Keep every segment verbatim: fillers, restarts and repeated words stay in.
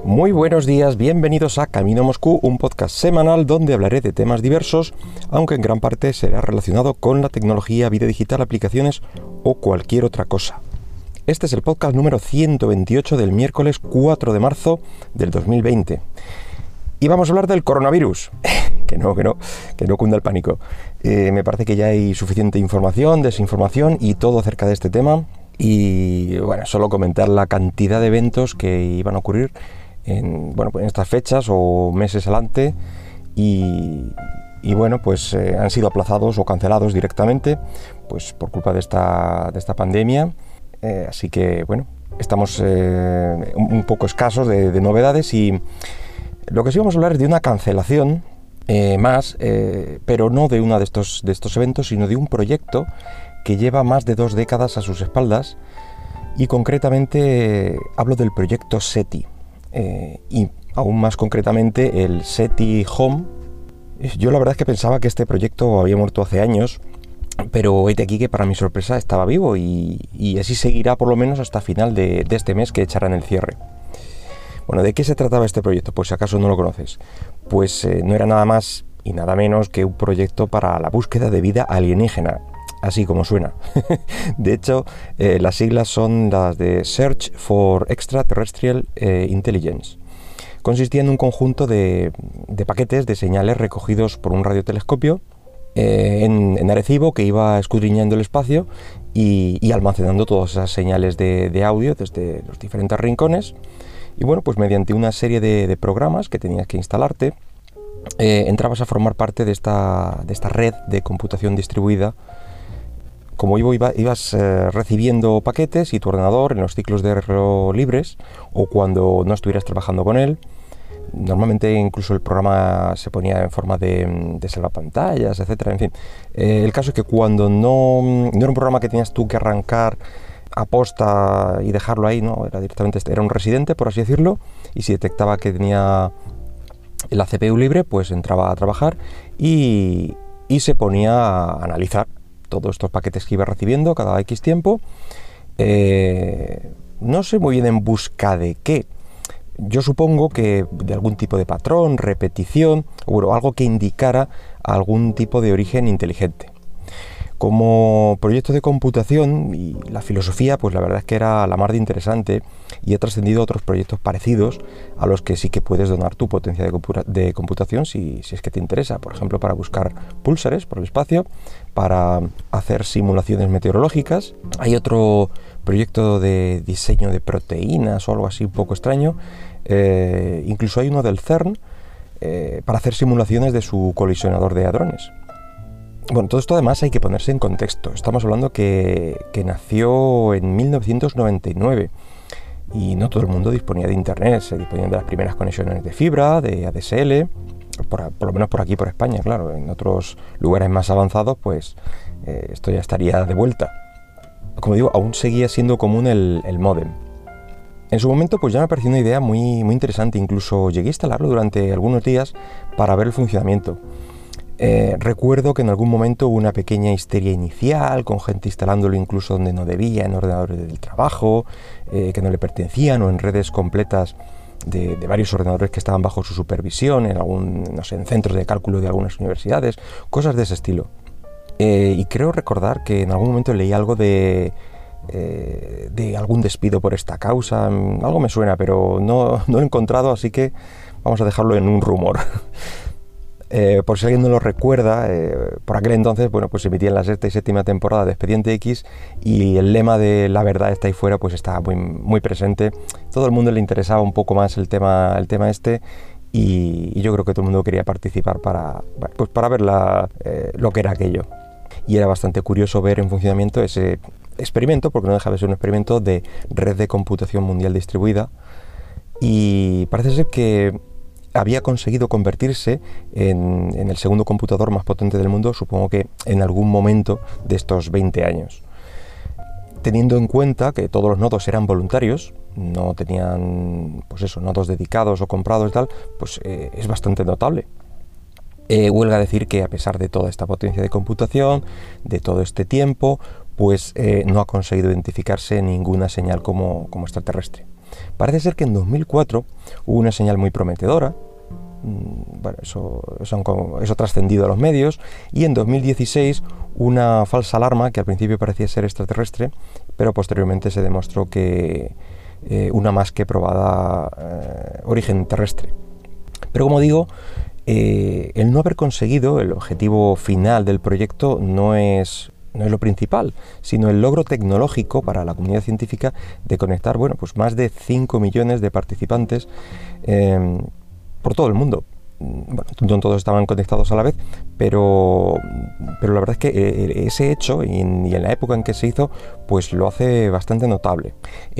Muy buenos días, bienvenidos a Camino a Moscú, un podcast semanal donde hablaré de temas diversos, aunque en gran parte será relacionado con la tecnología, vida digital, aplicaciones o cualquier otra cosa. Este es el podcast número ciento veintiocho del miércoles cuatro de marzo del dos mil veinte. Y vamos a hablar del coronavirus. que no, que no, que no cunda el pánico. Eh, me parece que ya hay suficiente información, desinformación y todo acerca de este tema. Y bueno, solo comentar la cantidad de eventos que iban a ocurrir en, bueno, en estas fechas o meses adelante y, y bueno, pues eh, han sido aplazados o cancelados directamente pues por culpa de esta, de esta pandemia. Eh, así que bueno, estamos eh, un, un poco escasos de, de novedades y lo que sí vamos a hablar es de una cancelación eh, más, eh, pero no de uno de estos, de estos eventos, sino de un proyecto que lleva más de dos décadas a sus espaldas y concretamente eh, hablo del proyecto SETI eh, y aún más concretamente el SETI Home. Yo la verdad es que pensaba que este proyecto había muerto hace años, pero he de aquí que para mi sorpresa estaba vivo y, y así seguirá por lo menos hasta final de, de este mes que echarán el cierre. Bueno, ¿de qué se trataba este proyecto? Pues si acaso no lo conoces. Pues eh, no era nada más y nada menos que un proyecto para la búsqueda de vida alienígena. Así como suena. De hecho, eh, las siglas son las de Search for Extraterrestrial eh, Intelligence. Consistía en un conjunto de, de paquetes de señales recogidos por un radiotelescopio eh, en, en Arecibo que iba escudriñando el espacio y, y almacenando todas esas señales de, de audio desde los diferentes rincones. Y bueno, pues mediante una serie de, de programas que tenías que instalarte, eh, entrabas a formar parte de esta, de esta red de computación distribuida. Como iba, ibas eh, recibiendo paquetes y tu ordenador en los ciclos de reloj libres o cuando no estuvieras trabajando con él, normalmente incluso el programa se ponía en forma de, de salvapantallas, etcétera. En fin, eh, el caso es que cuando no, no era un programa que tenías tú que arrancar a posta y dejarlo ahí, no, era directamente era un residente, por así decirlo, y si detectaba que tenía la C P U libre, pues entraba a trabajar y, y se ponía a analizar todos estos paquetes que iba recibiendo cada X tiempo. Eh, no sé muy bien en busca de qué. Yo supongo que de algún tipo de patrón, repetición, o bueno, algo que indicara algún tipo de origen inteligente. Como proyecto de computación y la filosofía, pues la verdad es que era la mar de interesante y he trascendido a otros proyectos parecidos a los que sí que puedes donar tu potencia de, computa de computación si, si es que te interesa. Por ejemplo, para buscar púlsares por el espacio, para hacer simulaciones meteorológicas. Hay otro proyecto de diseño de proteínas o algo así un poco extraño. Eh, incluso hay uno del CERN eh, para hacer simulaciones de su colisionador de hadrones. Bueno, todo esto además hay que ponerse en contexto. Estamos hablando que, que nació en mil novecientos noventa y nueve y no todo el mundo disponía de internet. Se disponían de las primeras conexiones de fibra, de A D S L, por, por lo menos por aquí, por España, claro. En otros lugares más avanzados, pues eh, esto ya estaría de vuelta. Como digo, aún seguía siendo común el, el módem. En su momento, pues ya me pareció una idea muy, muy interesante. Incluso llegué a instalarlo durante algunos días para ver el funcionamiento. Eh, recuerdo que en algún momento hubo una pequeña histeria inicial, con gente instalándolo incluso donde no debía, en ordenadores del trabajo, eh, que no le pertenecían, o en redes completas de, de varios ordenadores que estaban bajo su supervisión, en algún, no sé, en centros de cálculo de algunas universidades, cosas de ese estilo. Eh, y creo recordar que en algún momento leí algo de, eh, de algún despido por esta causa, algo me suena, pero no, no lo he encontrado, así que vamos a dejarlo en un rumor. Eh, por si alguien no lo recuerda, eh, por aquel entonces, bueno, pues se emitían la sexta y séptima temporada de Expediente X y el lema de la verdad está ahí fuera, pues estaba muy, muy presente. Todo el mundo le interesaba un poco más el tema, el tema este y, y yo creo que todo el mundo quería participar para, pues para ver la, eh, lo que era aquello. Y era bastante curioso ver en funcionamiento ese experimento, porque no deja de ser un experimento de red de computación mundial distribuida y parece ser que había conseguido convertirse en, en el segundo computador más potente del mundo, supongo que en algún momento de estos veinte años. Teniendo en cuenta que todos los nodos eran voluntarios, no tenían, pues eso, nodos dedicados o comprados y tal, pues eh, es bastante notable. Eh, huelga decir que a pesar de toda esta potencia de computación, de todo este tiempo, pues eh, no ha conseguido identificarse ninguna señal como, como extraterrestre. Parece ser que en dos mil cuatro hubo una señal muy prometedora. Bueno, eso, eso, eso ha trascendido a los medios, y en dos mil dieciséis una falsa alarma que al principio parecía ser extraterrestre, pero posteriormente se demostró que eh, una más que probada eh, origen terrestre. Pero como digo, eh, el no haber conseguido el objetivo final del proyecto no es, no es lo principal, sino el logro tecnológico para la comunidad científica de conectar, bueno, pues más de cinco millones de participantes eh, por todo el mundo. Bueno, no todos estaban conectados a la vez, pero, pero la verdad es que ese hecho y en, y en la época en que se hizo, pues lo hace bastante notable.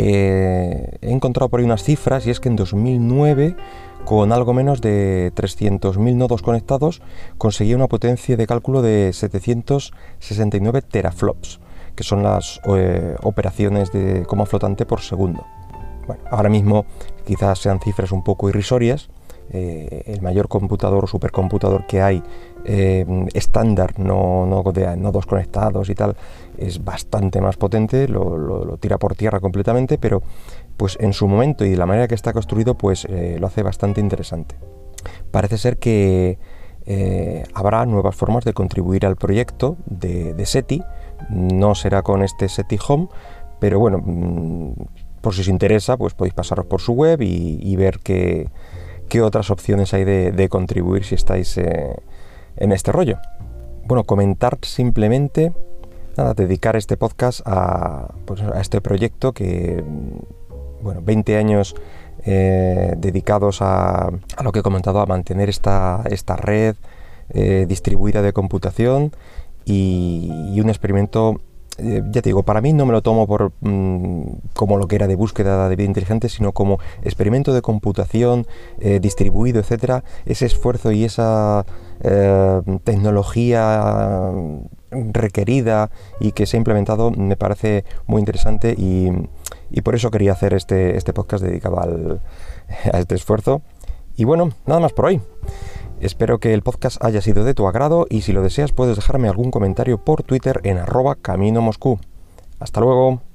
Eh, he encontrado por ahí unas cifras, y es que en dos mil nueve, con algo menos de trescientos mil nodos conectados, conseguía una potencia de cálculo de setecientos sesenta y nueve teraflops, que son las eh, operaciones de coma flotante por segundo. Bueno, ahora mismo quizás sean cifras un poco irrisorias. Eh, el mayor computador o supercomputador que hay eh, estándar, no, no de nodos conectados y tal, es bastante más potente, lo, lo, lo tira por tierra completamente, pero pues en su momento y de la manera que está construido, pues eh, lo hace bastante interesante. Parece ser que eh, habrá nuevas formas de contribuir al proyecto de, de SETI. No será con este SETI Home, pero bueno, mmm, por si os interesa, pues podéis pasaros por su web y, y ver que qué otras opciones hay de, de contribuir si estáis eh, en este rollo. Bueno, comentar simplemente, nada, dedicar este podcast a, pues, a este proyecto que, bueno, veinte años eh, dedicados a, a lo que he comentado, a mantener esta, esta red eh, distribuida de computación y, y un experimento. Eh, ya te digo, para mí no me lo tomo por mmm, como lo que era de búsqueda de vida inteligente, sino como experimento de computación eh, distribuido, etcétera. Ese esfuerzo y esa eh, tecnología requerida y que se ha implementado me parece muy interesante, y, y por eso quería hacer este, este podcast dedicado al, a este esfuerzo. Y bueno, nada más por hoy. Espero que el podcast haya sido de tu agrado, y si lo deseas puedes dejarme algún comentario por Twitter en arroba camino moscú. Hasta luego.